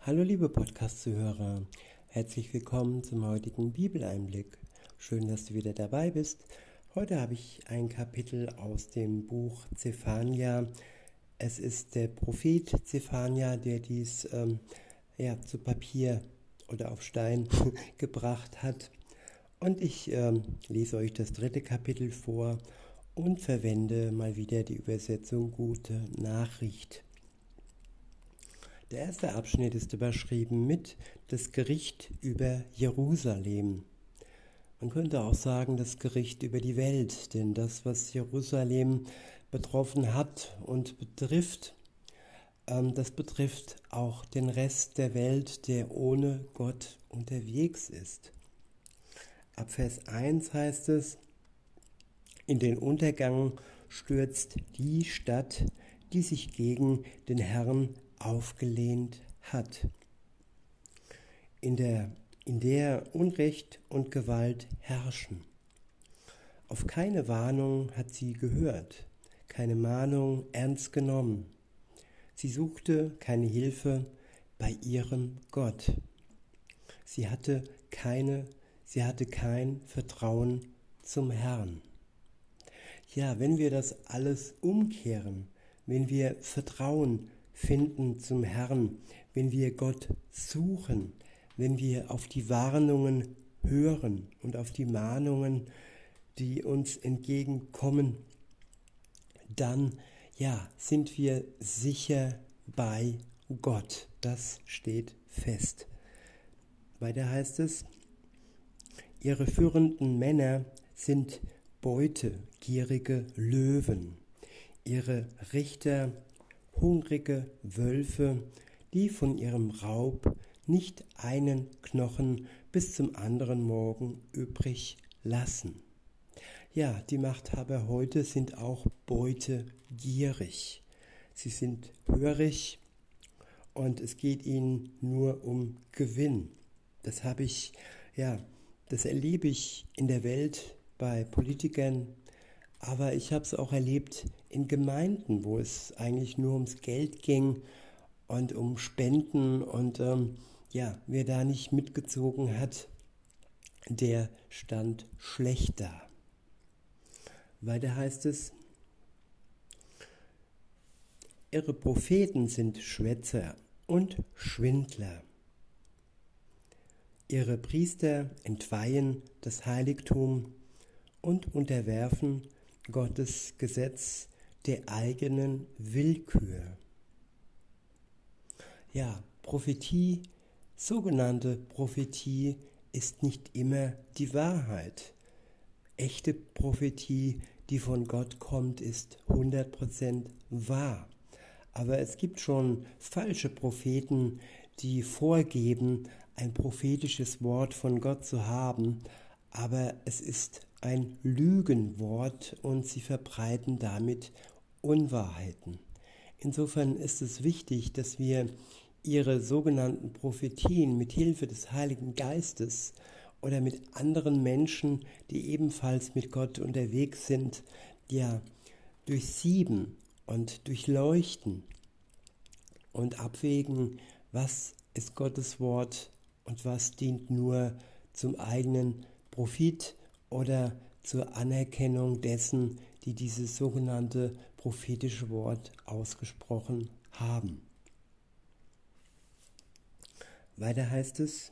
Hallo liebe Podcast-Zuhörer, herzlich willkommen zum heutigen Bibeleinblick. Schön, dass du wieder dabei bist. Heute habe ich ein Kapitel aus dem Buch Zephania. Es ist der Prophet Zephania, der dies zu Papier oder auf Stein gebracht hat. Und ich lese euch das 3. Kapitel vor und verwende mal wieder die Übersetzung Gute Nachricht. Der erste Abschnitt ist überschrieben mit das Gericht über Jerusalem. Man könnte auch sagen, das Gericht über die Welt, denn das, was Jerusalem betroffen hat und betrifft, das betrifft auch den Rest der Welt, der ohne Gott unterwegs ist. Ab Vers 1 heißt es: In den Untergang stürzt die Stadt, die sich gegen den Herrn aufgelehnt hat, in der Unrecht und Gewalt herrschen. Auf keine Warnung hat sie gehört, keine Mahnung ernst genommen. Sie suchte keine Hilfe bei ihrem Gott. Sie hatte kein Vertrauen zum Herrn. Ja, wenn wir das alles umkehren, wenn wir Vertrauen finden zum Herrn, wenn wir Gott suchen, wenn wir auf die Warnungen hören und auf die Mahnungen, die uns entgegenkommen, dann sind wir sicher bei Gott. Das steht fest. Weiter heißt es: Ihre führenden Männer sind beutegierige Löwen, ihre Richter hungrige Wölfe, die von ihrem Raub nicht einen Knochen bis zum anderen Morgen übrig lassen. Ja, die Machthaber heute sind auch beutegierig. Sie sind hörig und es geht ihnen nur um Gewinn. Das erlebe ich in der Welt bei Politikern, aber ich habe es auch erlebt in Gemeinden, wo es eigentlich nur ums Geld ging und um Spenden und wer da nicht mitgezogen hat, der stand schlecht da. Weiter heißt es: Ihre Propheten sind Schwätzer und Schwindler. Ihre Priester entweihen das Heiligtum und unterwerfen Gottes Gesetz der eigenen Willkür. Ja, Prophetie, sogenannte Prophetie, ist nicht immer die Wahrheit. Echte Prophetie, die von Gott kommt, ist 100% wahr. Aber es gibt schon falsche Propheten, die vorgeben, ein prophetisches Wort von Gott zu haben, aber es ist ein Lügenwort und sie verbreiten damit Unwahrheiten. Insofern ist es wichtig, dass wir ihre sogenannten Prophetien mit Hilfe des Heiligen Geistes oder mit anderen Menschen, die ebenfalls mit Gott unterwegs sind, durchsieben und durchleuchten und abwägen, was ist Gottes Wort und was dient nur zum eigenen Profit oder zur Anerkennung dessen, die dieses sogenannte prophetische Wort ausgesprochen haben. Weiter heißt es,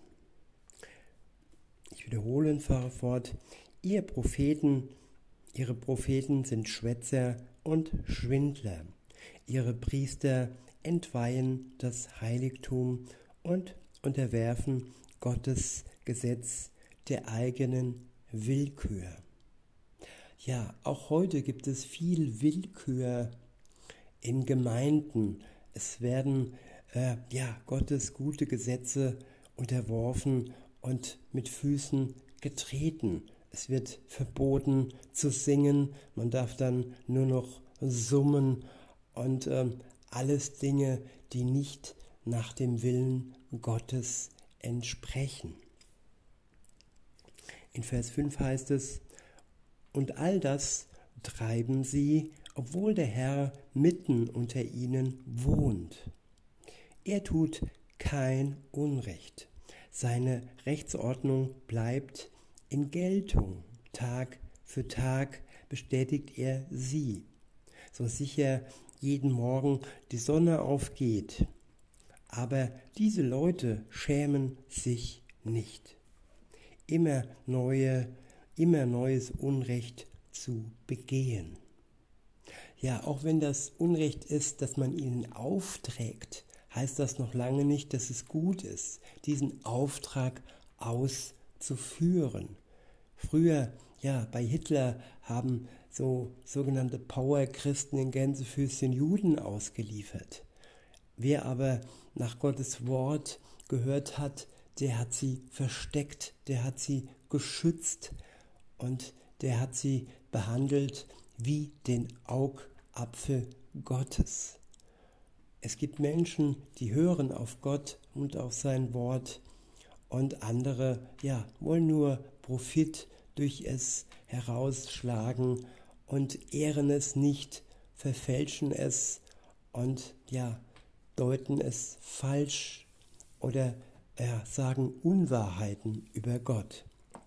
ich wiederhole und fahre fort: Ihre Propheten sind Schwätzer und Schwindler. Ihre Priester entweihen das Heiligtum und unterwerfen Gottes Gesetz der eigenen Willkür. Ja, auch heute gibt es viel Willkür in Gemeinden. Es werden Gottes gute Gesetze unterworfen und mit Füßen getreten. Es wird verboten zu singen, man darf dann nur noch summen und alles Dinge, die nicht nach dem Willen Gottes entsprechen. In Vers 5 heißt es: Und all das treiben sie, obwohl der Herr mitten unter ihnen wohnt. Er tut kein Unrecht. Seine Rechtsordnung bleibt in Geltung. Tag für Tag bestätigt er sie. So sicher jeden Morgen die Sonne aufgeht. Aber diese Leute schämen sich nicht, immer neues Unrecht zu begehen. Ja, auch wenn das Unrecht ist, das man ihnen aufträgt, heißt das noch lange nicht, dass es gut ist, diesen Auftrag auszuführen. Früher, ja, bei Hitler haben so sogenannte Powerchristen in Gänsefüßchen Juden ausgeliefert. Wer aber nach Gottes Wort gehört hat, der hat sie versteckt, der hat sie geschützt und der hat sie behandelt wie den Augapfel Gottes. Es gibt Menschen, die hören auf Gott und auf sein Wort und andere, ja, wollen nur Profit durch es herausschlagen und ehren es nicht, verfälschen es und ja, deuten es falsch oder sagen Unwahrheiten über Gott.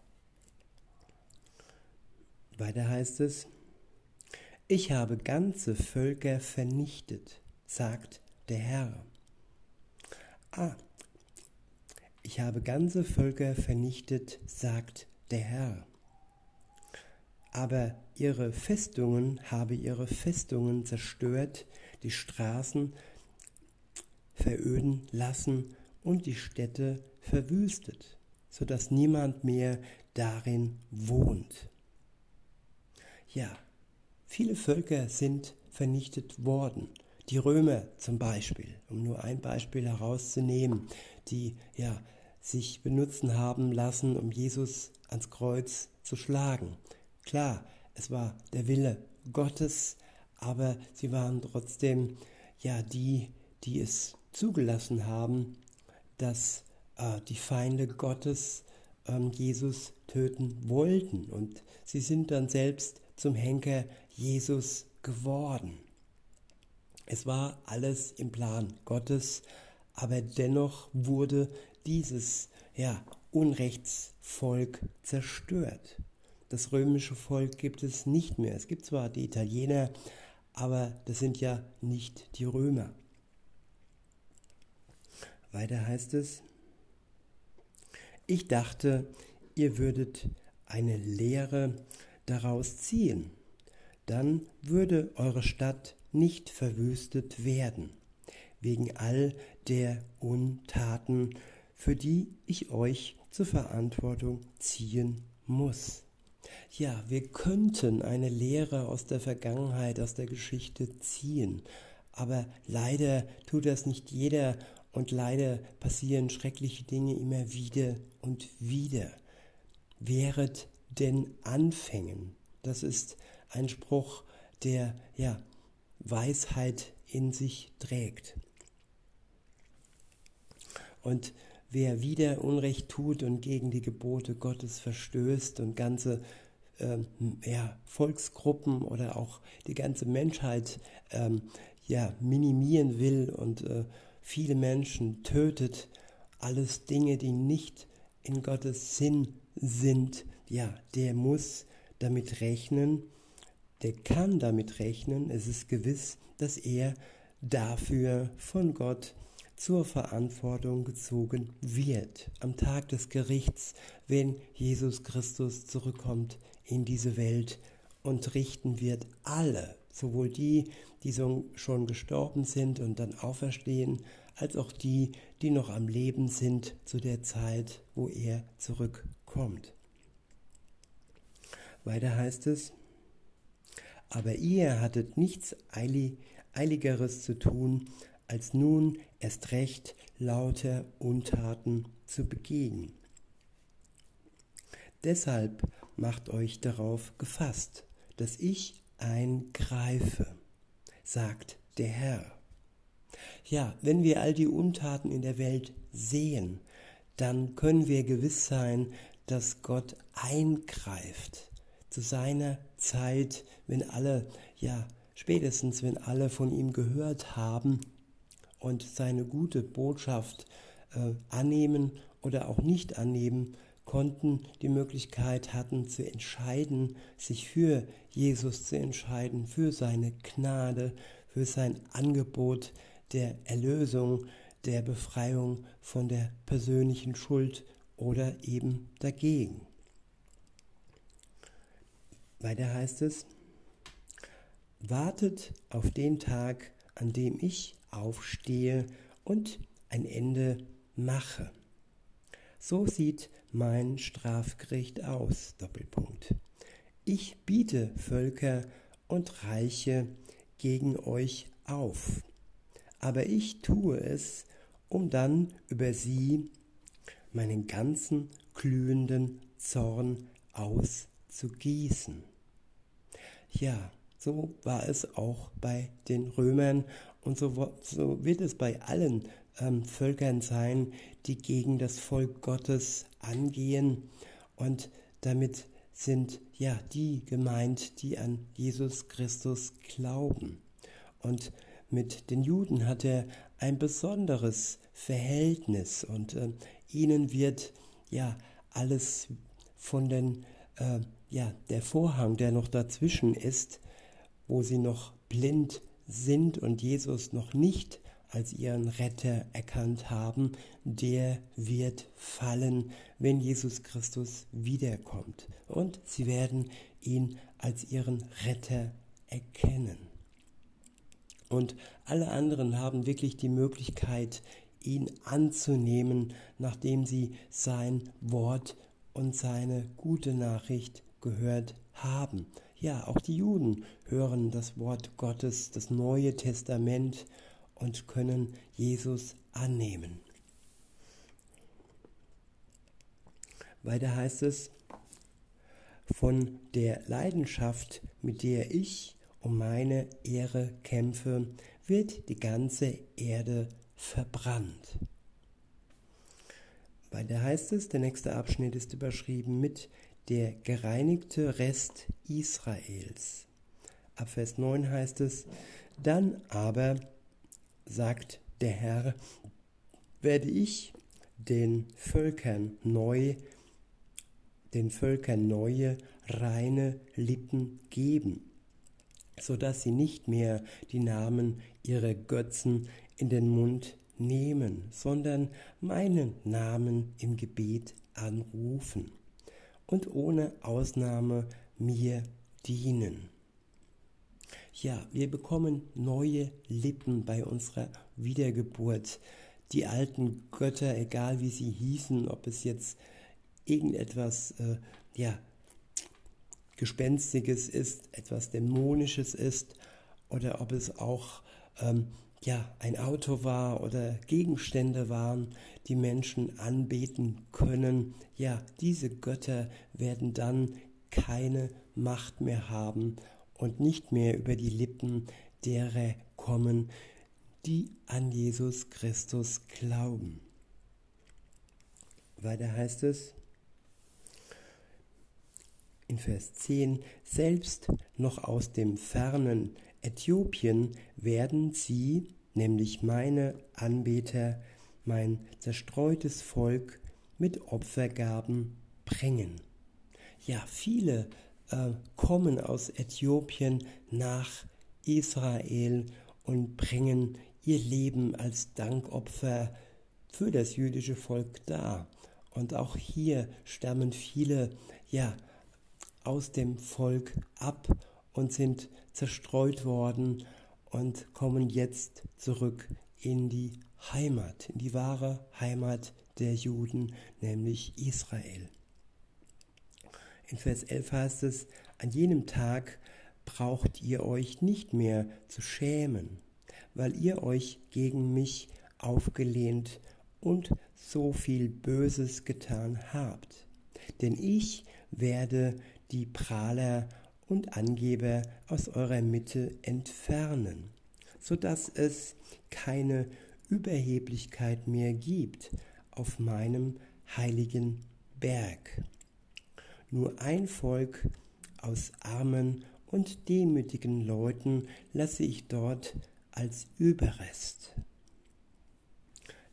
Weiter heißt es: Ich habe ganze Völker vernichtet, sagt der Herr. Ich habe ganze Völker vernichtet, sagt der Herr. Aber ihre Festungen zerstört, die Straßen veröden lassen und die Städte verwüstet, sodass niemand mehr darin wohnt. Ja, viele Völker sind vernichtet worden. Die Römer zum Beispiel, um nur ein Beispiel herauszunehmen, die ja sich benutzen haben lassen, um Jesus ans Kreuz zu schlagen. Klar, es war der Wille Gottes, aber sie waren trotzdem ja die es zugelassen haben, dass die Feinde Gottes Jesus töten wollten. Und sie sind dann selbst zum Henker Jesus geworden. Es war alles im Plan Gottes, aber dennoch wurde dieses Unrechtsvolk zerstört. Das römische Volk gibt es nicht mehr. Es gibt zwar die Italiener, aber das sind ja nicht die Römer. Weiter heißt es: Ich dachte, ihr würdet eine Lehre daraus ziehen. Dann würde eure Stadt nicht verwüstet werden, wegen all der Untaten, für die ich euch zur Verantwortung ziehen muss. Ja, wir könnten eine Lehre aus der Vergangenheit, aus der Geschichte ziehen, aber leider tut das nicht jeder und leider passieren schreckliche Dinge immer wieder und wieder. Wehret den Anfängen. Das ist ein Spruch, der Weisheit in sich trägt. Und wer wieder Unrecht tut und gegen die Gebote Gottes verstößt und ganze Volksgruppen oder auch die ganze Menschheit minimieren will und viele Menschen tötet, alles Dinge, die nicht in Gottes Sinn sind, der muss damit rechnen, der kann damit rechnen, es ist gewiss, dass er dafür von Gott zur Verantwortung gezogen wird. Am Tag des Gerichts, wenn Jesus Christus zurückkommt in diese Welt und richten wird alle, sowohl die schon gestorben sind und dann auferstehen, als auch die noch am Leben sind zu der Zeit, wo er zurückkommt. Weiter heißt es: Aber ihr hattet nichts Eiligeres zu tun, als nun erst recht lauter Untaten zu begehen. Deshalb macht euch darauf gefasst, dass ich eingreife, sagt der Herr. Ja, wenn wir all die Untaten in der Welt sehen, dann können wir gewiss sein, dass Gott eingreift zu seiner Zeit, wenn alle, spätestens wenn alle von ihm gehört haben und seine gute Botschaft annehmen oder auch nicht annehmen konnten, die Möglichkeit hatten zu entscheiden, sich für Jesus zu entscheiden, für seine Gnade, für sein Angebot der Erlösung, der Befreiung von der persönlichen Schuld oder eben dagegen. Weiter heißt es: Wartet auf den Tag, an dem ich aufstehe und ein Ende mache. So sieht mein Strafgericht aus. Doppelpunkt. Ich biete Völker und Reiche gegen euch auf, aber ich tue es, um dann über sie meinen ganzen glühenden Zorn auszugießen. Ja, so war es auch bei den Römern und so wird es bei allen Völkern sein, die gegen das Volk Gottes angehen. Und damit sind ja die gemeint, die an Jesus Christus glauben. Und mit den Juden hat er ein besonderes Verhältnis und ihnen wird ja alles von der Vorhang, der noch dazwischen ist, wo sie noch blind sind und Jesus noch nicht als ihren Retter erkannt haben, der wird fallen, wenn Jesus Christus wiederkommt. Und sie werden ihn als ihren Retter erkennen. Und alle anderen haben wirklich die Möglichkeit, ihn anzunehmen, nachdem sie sein Wort und seine gute Nachricht gehört haben. Ja, auch die Juden hören das Wort Gottes, das Neue Testament, und können Jesus annehmen. Weiter heißt es: Von der Leidenschaft, mit der ich um meine Ehre kämpfe, wird die ganze Erde verbrannt. Weiter heißt es, der nächste Abschnitt ist überschrieben mit der gereinigte Rest Israels. Ab Vers 9 heißt es: Dann aber, sagt der Herr, werde ich den Völkern neue, reine Lippen geben, sodass sie nicht mehr die Namen ihrer Götzen in den Mund nehmen, sondern meinen Namen im Gebet anrufen und ohne Ausnahme mir dienen. Ja, wir bekommen neue Lippen bei unserer Wiedergeburt. Die alten Götter, egal wie sie hießen, ob es jetzt irgendetwas Gespenstiges ist, etwas Dämonisches ist, oder ob es auch ein Auto war oder Gegenstände waren, die Menschen anbeten können. Ja, diese Götter werden dann keine Macht mehr haben und nicht mehr über die Lippen derer kommen, die an Jesus Christus glauben. Weiter heißt es in Vers 10: Selbst noch aus dem fernen Äthiopien werden sie, nämlich meine Anbeter, mein zerstreutes Volk, mit Opfergaben bringen. Ja, viele kommen aus Äthiopien nach Israel und bringen ihr Leben als Dankopfer für das jüdische Volk dar. Und auch hier stammen viele aus dem Volk ab und sind zerstreut worden und kommen jetzt zurück in die Heimat, in die wahre Heimat der Juden, nämlich Israel. In Vers 11 heißt es: An jenem Tag braucht ihr euch nicht mehr zu schämen, weil ihr euch gegen mich aufgelehnt und so viel Böses getan habt. Denn ich werde die Prahler und Angeber aus eurer Mitte entfernen, sodass es keine Überheblichkeit mehr gibt auf meinem heiligen Berg. Nur ein Volk aus armen und demütigen Leuten lasse ich dort als Überrest.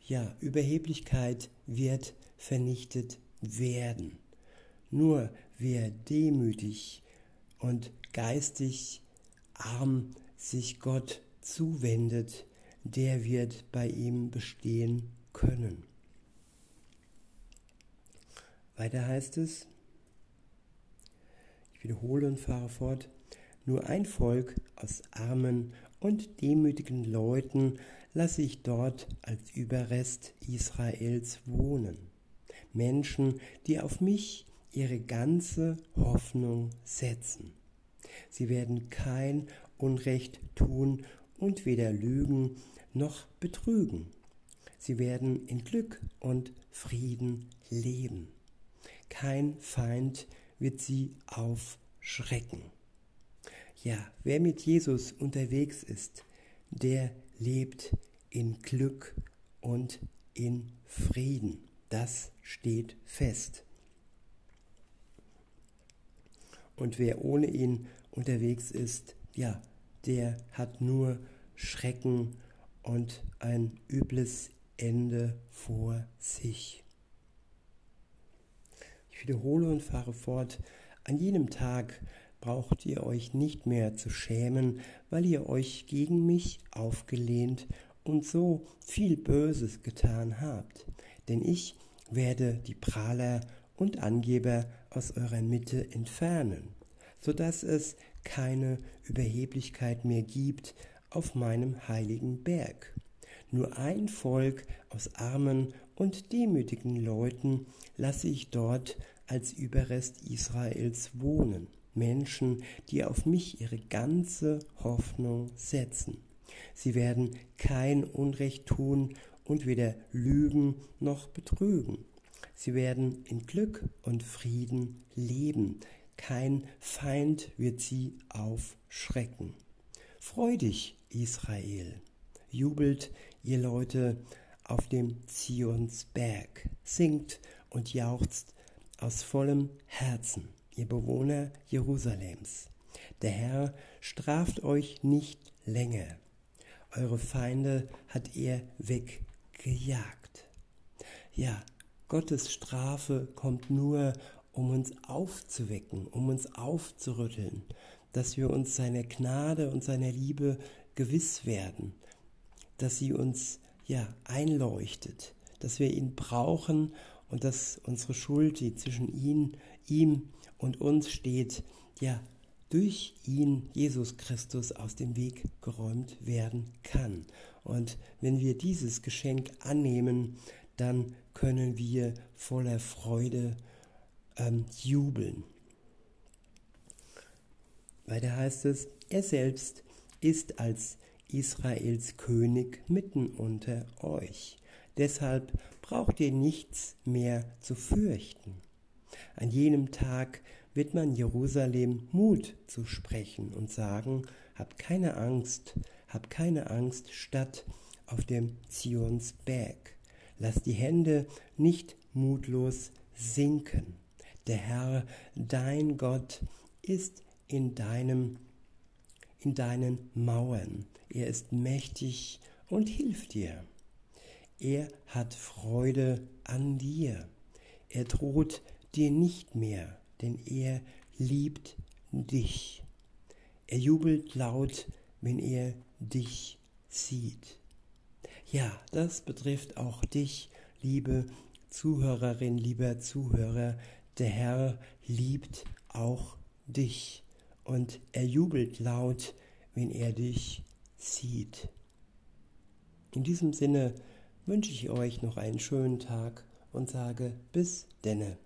Ja, Überheblichkeit wird vernichtet werden. Nur wer demütig und geistig arm sich Gott zuwendet, der wird bei ihm bestehen können. Weiter heißt es, ich wiederhole und fahre fort, nur ein Volk aus armen und demütigen Leuten lasse ich dort als Überrest Israels wohnen. Menschen, die auf mich ihre ganze Hoffnung setzen. Sie werden kein Unrecht tun und weder lügen noch betrügen. Sie werden in Glück und Frieden leben. Kein Feind wird sie aufschrecken. Ja, wer mit Jesus unterwegs ist, der lebt in Glück und in Frieden. Das steht fest. Und wer ohne ihn unterwegs ist, ja, der hat nur Schrecken und ein übles Ende vor sich. Ich wiederhole und fahre fort. An jenem Tag braucht ihr euch nicht mehr zu schämen, weil ihr euch gegen mich aufgelehnt und so viel Böses getan habt. Denn ich werde die Prahler und Angeber aus eurer Mitte entfernen, sodass es keine Überheblichkeit mehr gibt auf meinem heiligen Berg. Nur ein Volk aus armen und demütigen Leuten lasse ich dort als Überrest Israels wohnen. Menschen, die auf mich ihre ganze Hoffnung setzen. Sie werden kein Unrecht tun und weder lügen noch betrügen. Sie werden in Glück und Frieden leben. Kein Feind wird sie aufschrecken. Freu dich, Israel. Jubelt, ihr Leute, auf dem Zionsberg. Singt und jauchzt aus vollem Herzen, ihr Bewohner Jerusalems. Der Herr straft euch nicht länger. Eure Feinde hat er weggejagt. Ja, Gottes Strafe kommt nur, um uns aufzuwecken, um uns aufzurütteln, dass wir uns seiner Gnade und seiner Liebe gewiss werden, dass sie uns einleuchtet, dass wir ihn brauchen und dass unsere Schuld, die zwischen ihm und uns steht, durch ihn, Jesus Christus, aus dem Weg geräumt werden kann. Und wenn wir dieses Geschenk annehmen, dann können wir voller Freude jubeln. Weiter heißt es, er selbst ist als Israels König mitten unter euch. Deshalb braucht ihr nichts mehr zu fürchten. An jenem Tag wird man Jerusalem Mut zusprechen und sagen, habt keine Angst, Stadt auf dem Zionsberg. Lasst die Hände nicht mutlos sinken. Der Herr, dein Gott, ist in deinen Mauern. Er ist mächtig und hilft dir. Er hat Freude an dir. Er droht dir nicht mehr, denn er liebt dich. Er jubelt laut, wenn er dich sieht. Ja, das betrifft auch dich, liebe Zuhörerin, lieber Zuhörer. Der Herr liebt auch dich und er jubelt laut, wenn er dich sieht. In diesem Sinne wünsche ich euch noch einen schönen Tag und sage bis denne.